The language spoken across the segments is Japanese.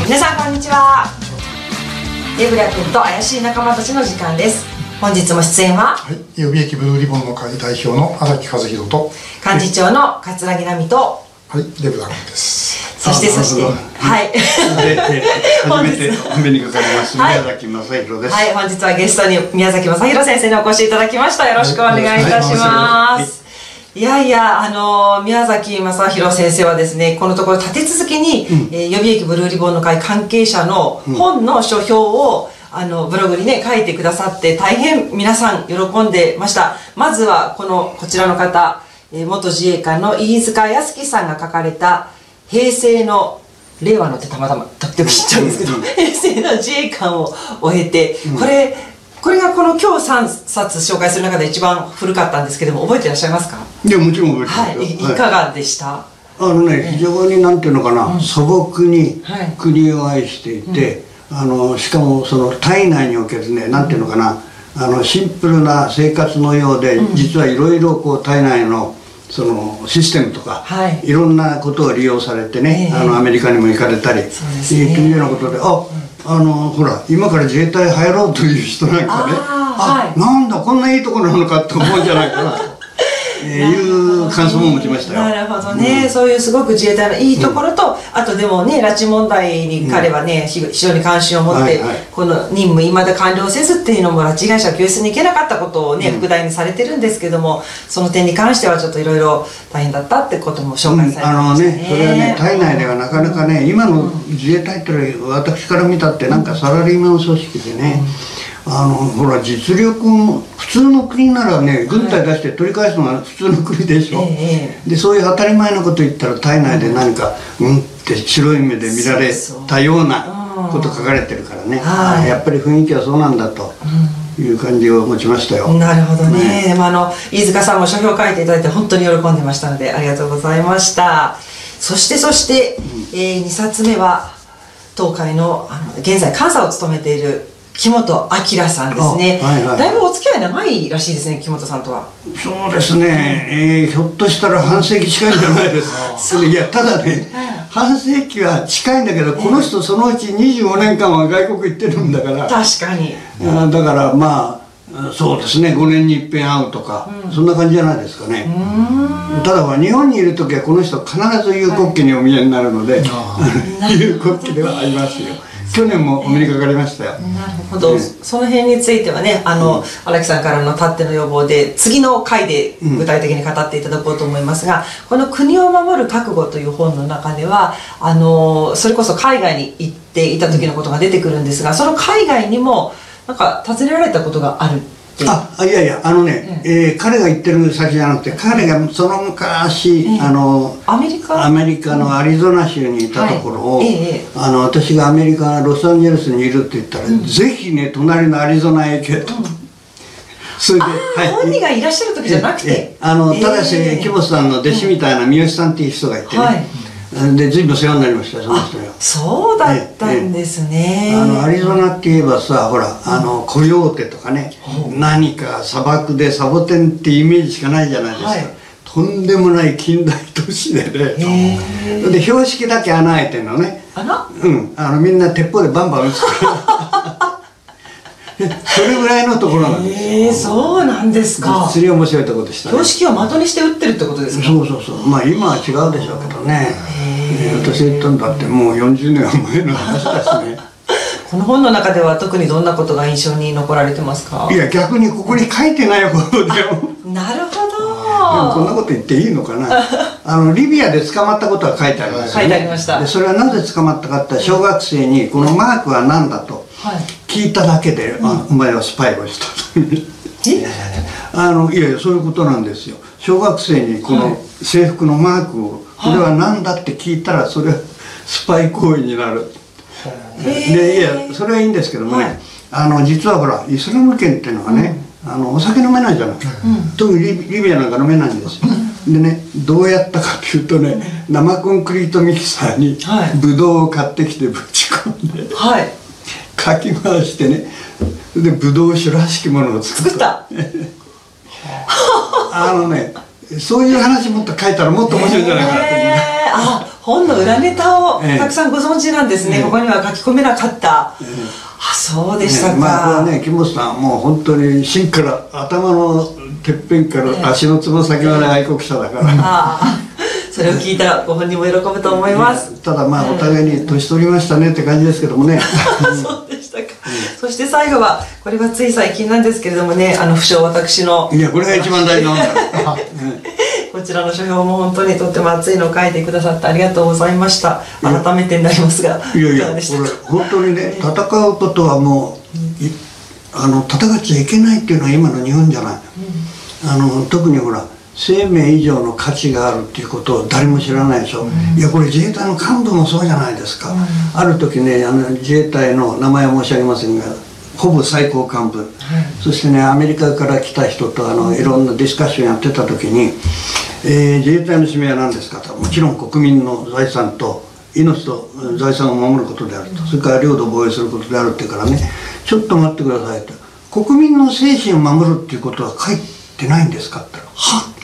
皆さんこんにちは。レブラ君と怪しい仲間たちの時間です。本日も出演は、 はい、予備役ブルーリボンの会代表の荒木和弘と幹事長の桂木奈美と、 はい、レブラ君です。 そしてはい、 初めてお目にかかります宮崎正弘です。 はい、本日はゲストに宮崎正弘先生にお越しいただきました。よろしくお願いいたします。いやいや、宮崎正弘先生はですね、このところ立て続けに、予備役ブルーリボンの会関係者の本の書評を、ブログにね書いてくださって大変皆さん喜んでました。まずはこちらの方、元自衛官の飯塚康樹さんが書かれた平成の令和のってたまたまとってもちっちゃいんですけど、平成の自衛官を終えて、これがこの今日3冊紹介する中で一番古かったんですけども、覚えていらっしゃいますか？ いや、もちろん覚えてますよ。 はい、いかがでした？ 非常になんていうのかな、素朴に国を愛していて、しかもその体内におけるね、なんていうのかな、シンプルな生活のようで、実はいろいろこう体内のそのシステムとか、いろんなことを利用されてね、アメリカにも行かれたりというようなことで、ほら今から自衛隊入ろうという人なんかね、なんだこんないいところなのかと思うんじゃないかなという感想も持ちましたよ。 なるほどね、そういうすごく自衛隊のいいところと、あとでもね、拉致問題に彼はね、非常に関心を持って、この任務いまだ完了せずっていうのも、拉致被害者救出に行けなかったことをね、副題にされてるんですけども、その点に関してはちょっといろいろ大変だったってことも紹介されてましたね。 それはね、体内ではなかなかね、今の自衛隊って私から見たってなんかサラリーマン組織でね、ほら実力も普通の国ならね、軍隊出して取り返すのが普通の国でしょ。でそういう当たり前のこと言ったら体内で何かって白い目で見られたようなこと書かれてるからね、やっぱり雰囲気はそうなんだという感じを持ちましたよ。 なるほどね。でも飯塚さんも書評を書いていただいて本当に喜んでましたのでありがとうございました。そして2冊目は東海の現在監査を務めている木本明さんですね。だいぶお付き合い長いらしいですね、木本さんとは。 そうですね、ひょっとしたら半世紀近いんじゃないですか。いや、ただね、半世紀は近いんだけど、この人そのうち25年間は外国行ってるんだから。 確かに。 だからまあそうですね、5年に一遍会うとか、そんな感じじゃないですかね。ただ日本にいる時はこの人必ず有国旗にお見えになるので、有国旗ではありますよ。去年もお目にかかりましたよ。 なるほど、その辺についてはね、荒木さんからのたっての要望で次の回で具体的に語っていただこうと思いますが、この「国を守る覚悟」という本の中ではそれこそ海外に行っていた時のことが出てくるんですが、その海外にもなんか訪ねられたことがある。 いやいや、彼が行ってる先じゃなくて、彼がその昔アメリカのアリゾナ州にいたところを、私がアメリカロサンゼルスにいるって言ったら、ぜひね隣のアリゾナへ行けと。それで本人がいらっしゃる時じゃなくて、 ただし木本さんの弟子みたいな三好さんっていう人がいてね、で随分世話になりましたよ、その人には。 そうだったんですね。 アリゾナって言えばさ、ほらコヨーテとかね、何か砂漠でサボテンってイメージしかないじゃないですか。とんでもない近代都市でね、で標識だけ穴開いてんのね。みんな鉄砲でバンバン撃つからそれぐらいのところなんです。 そうなんですか。 実に面白いところでしたね。 標識を的にして撃ってるってことですか？ そうそうそう。まあ今は違うでしょうけどね。私言ったんだってもう40年前の話だしね。 この本の中では特にどんなことが印象に残られてますか？ いや、逆にここに書いてないことでも。 なるほど。 こんなこと言っていいのかな。リビアで捕まったことは書いてありますよね。 書いてありました。 でそれはなぜ捕まったかって小学生にこのマークは何だと聞いただけで、お前はスパイをしたと。いやいや、そういうことなんですよ。小学生にこの制服のマークをこれは何だって聞いたら、それはスパイ行為になる。でいや、それはいいんですけどもね、実はほらイスラム圏っていうのはね、お酒飲めないじゃない、特にリビアなんか飲めないんですよ。でね、どうやったかっていうとね、生コンクリートミキサーにブドウを買ってきてぶち込んで、かき回してね、でブドウ酒らしきものを作った。そういう話もっと書いたらもっと面白いんじゃないかなと思う。 本の裏ネタをたくさんご存知なんですね。ここには書き込めなかった。あ、そうでしたか。 まあこれはね、木本さんはもう本当に芯から頭のてっぺんから足のつま先まで愛国者だから。 それを聞いたらご本人も喜ぶと思います。 ただまあお互いに年取りましたねって感じですけどもね。 そうでしたか。そして最後はこれはつい最近なんですけれどもね、不詳私の。 いや、これが一番大事なんだ。 こちらの書評も本当にとっても熱いのを書いてくださってありがとうございました。改めてになりますが、 いやいや、これ本当にね、戦うことはもう戦っちゃいけないっていうのは今の日本じゃない。特にほら生命以上の価値があるっていうことを誰も知らないでしょ。いや、これ自衛隊の幹部もそうじゃないですか。ある時ね、自衛隊の名前は申し上げませんが、ほぼ最高幹部、そしてね、アメリカから来た人といろんなディスカッションやってた時に、自衛隊の使命は何ですかと。もちろん国民の財産と命と財産を守ることであると、それから領土を防衛することであるっていうからね、ちょっと待ってくださいと。国民の精神を守るっていうことは書いてないんですかって言ったら、はっ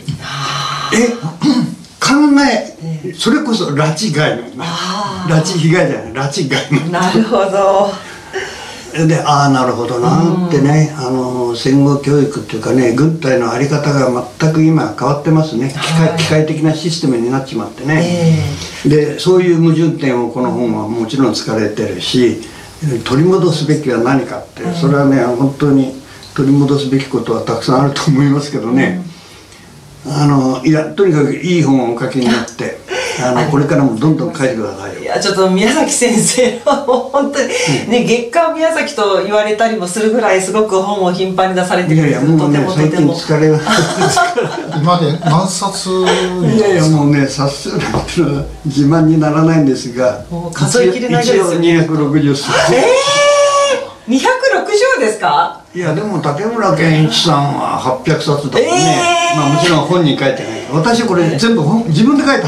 それこそ拉致外の拉致被害じゃない、拉致外の。 なるほど。 で、ああなるほどなってね、戦後教育っていうかね、軍隊の在り方が全く今変わってますね。機械的なシステムになっちまってね、でそういう矛盾点をこの本はもちろん突かれてるし、取り戻すべきは何かって、それはね本当に取り戻すべきことはたくさんあると思いますけどね、いや、とにかくいい本をお書きになってこれからもどんどん書いてくださいよ。 いや、ちょっと宮崎先生はもう本当にね、月刊宮崎と言われたりもするぐらいすごく本を頻繁に出されてるんです。 もうね、最近疲れます今で何冊。 いやいや、もうね、冊数なんてのは自慢にならないんですが、 もう数えきれないぐらいですよ。 一応260冊。 260ですか？ いや、でも竹村健一さんは800冊だもんね。まあもちろん本に書いてない。私これ全部自分で書いた。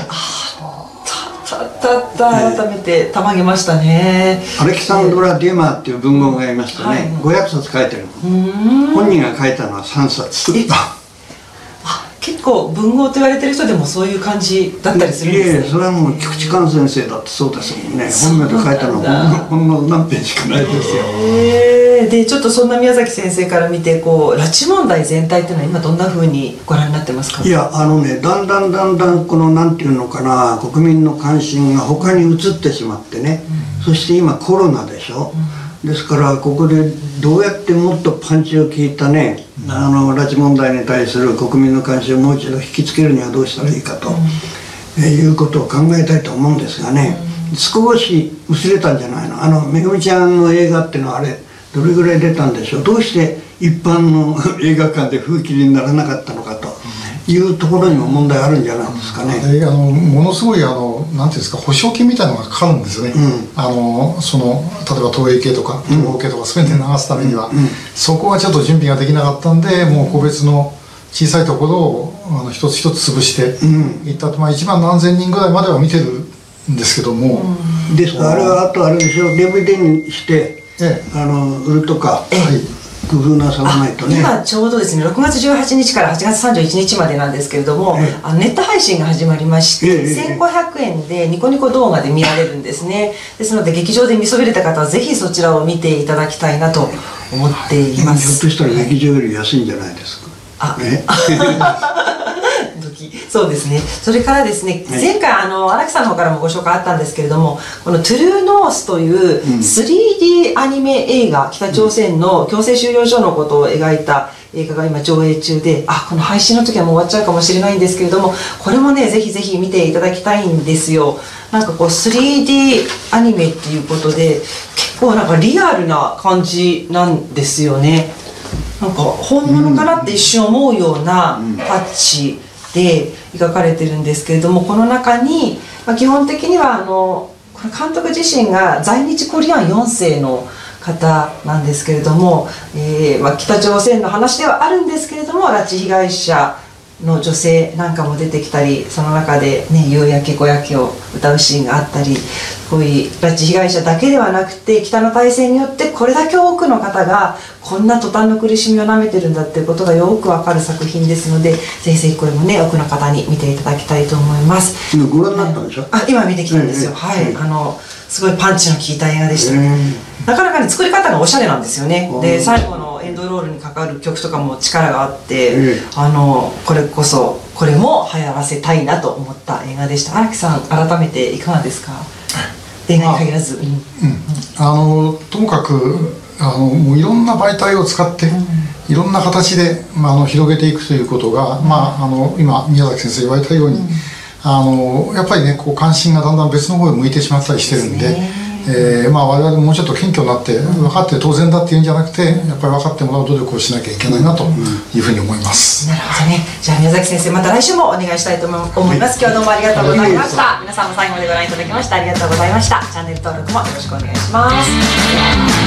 改めてたまげましたね。 アレキサンドラ・デュマーっていう文豪がいましてね、500冊書いてる。本人が書いたのは3冊。 結構文豪と言われてる人でもそういう感じだったりするんですね。 いやいや、それはもう菊池寛先生だってそうですもんね。本名で書いたのはほんの何ページしかないですよ。 で、ちょっとそんな宮崎先生から見て拉致問題全体っていうのは今どんなふうにご覧になってますか？いや、 だんだんこのなんていうのかな、国民の関心が他に移ってしまってね、そして今コロナでしょ。ですからここでどうやってもっとパンチを効いたね、拉致問題に対する国民の関心をもう一度引きつけるにはどうしたらいいかと、いうことを考えたいと思うんですがね、少し薄れたんじゃないの。めぐみちゃんの映画っていうのはあれどれぐらい出たんでしょう。どうして一般の映画館で封切りにならなかったのかというところにも問題あるんじゃないですかね。 ものすごいなんていうんですか、保証金みたいなのがかかるんですよね。例えば東映系とか東宝系とか全て流すためには、そこはちょっと準備ができなかったんで、もう個別の小さいところを一つ一つ潰していったと、1万何千人ぐらいまでは見てるんですけども、 ですからあれはあとあれでしょ、DVD にして売るとか。工夫なさらないとね。 今ちょうどですね、6月18日から8月31日までなんですけれども、ネット配信が始まりまして、1500円でニコニコ動画で見られるんですね。ですので劇場で見そびれた方はぜひそちらを見ていただきたいなと思っています。 ひょっとしたら劇場より安いんじゃないですか。 そうですね。それからですね、前回荒木さんの方からもご紹介あったんですけれども、このトゥルーノースという 3D アニメ映画、北朝鮮の強制収容所のことを描いた映画が今上映中で、この配信の時はもう終わっちゃうかもしれないんですけれども、これもねぜひぜひ見ていただきたいんですよ。なんかこう 3D アニメっていうことで結構なんかリアルな感じなんですよね。なんか本物かなって一瞬思うようなタッチで描かれてるんですけれども、この中に、基本的にはこれ監督自身が在日コリアン4世の方なんですけれども、北朝鮮の話ではあるんですけれども拉致被害者の女性なんかも出てきたり、その中でね、夕焼け小焼けを歌うシーンがあったり、こういう拉致被害者だけではなくて、北の大戦によってこれだけ多くの方がこんな途端の苦しみをなめてるんだっていうことがよくわかる作品ですので、ぜひぜひこれもね、多くの方に見ていただきたいと思います。 ご覧になったんでしょ？ 今見てきたんですよ。はい、すごいパンチの効いた映画でした。なかなかね、作り方がおしゃれなんですよね。で、最後のエンドロールにかかる曲とかも力があって、これこそこれも流行らせたいなと思った映画でした。荒木さん、改めていかがですか？映画に限らず。 ともかくもういろんな媒体を使って、いろんな形で、広げていくということが、今宮崎先生言われたように、やっぱりね、こう関心がだんだん別の方へ向いてしまったりしてるんで。我々もうちょっと謙虚になって分かって当然だっていうんじゃなくて、やっぱり分かってもらう努力をしなきゃいけないなというふうに思います。 なるほどね。じゃあ宮崎先生、また来週もお願いしたいと思います。今日はどうもありがとうございました。皆さんも最後までご覧いただきましてありがとうございました。チャンネル登録もよろしくお願いします。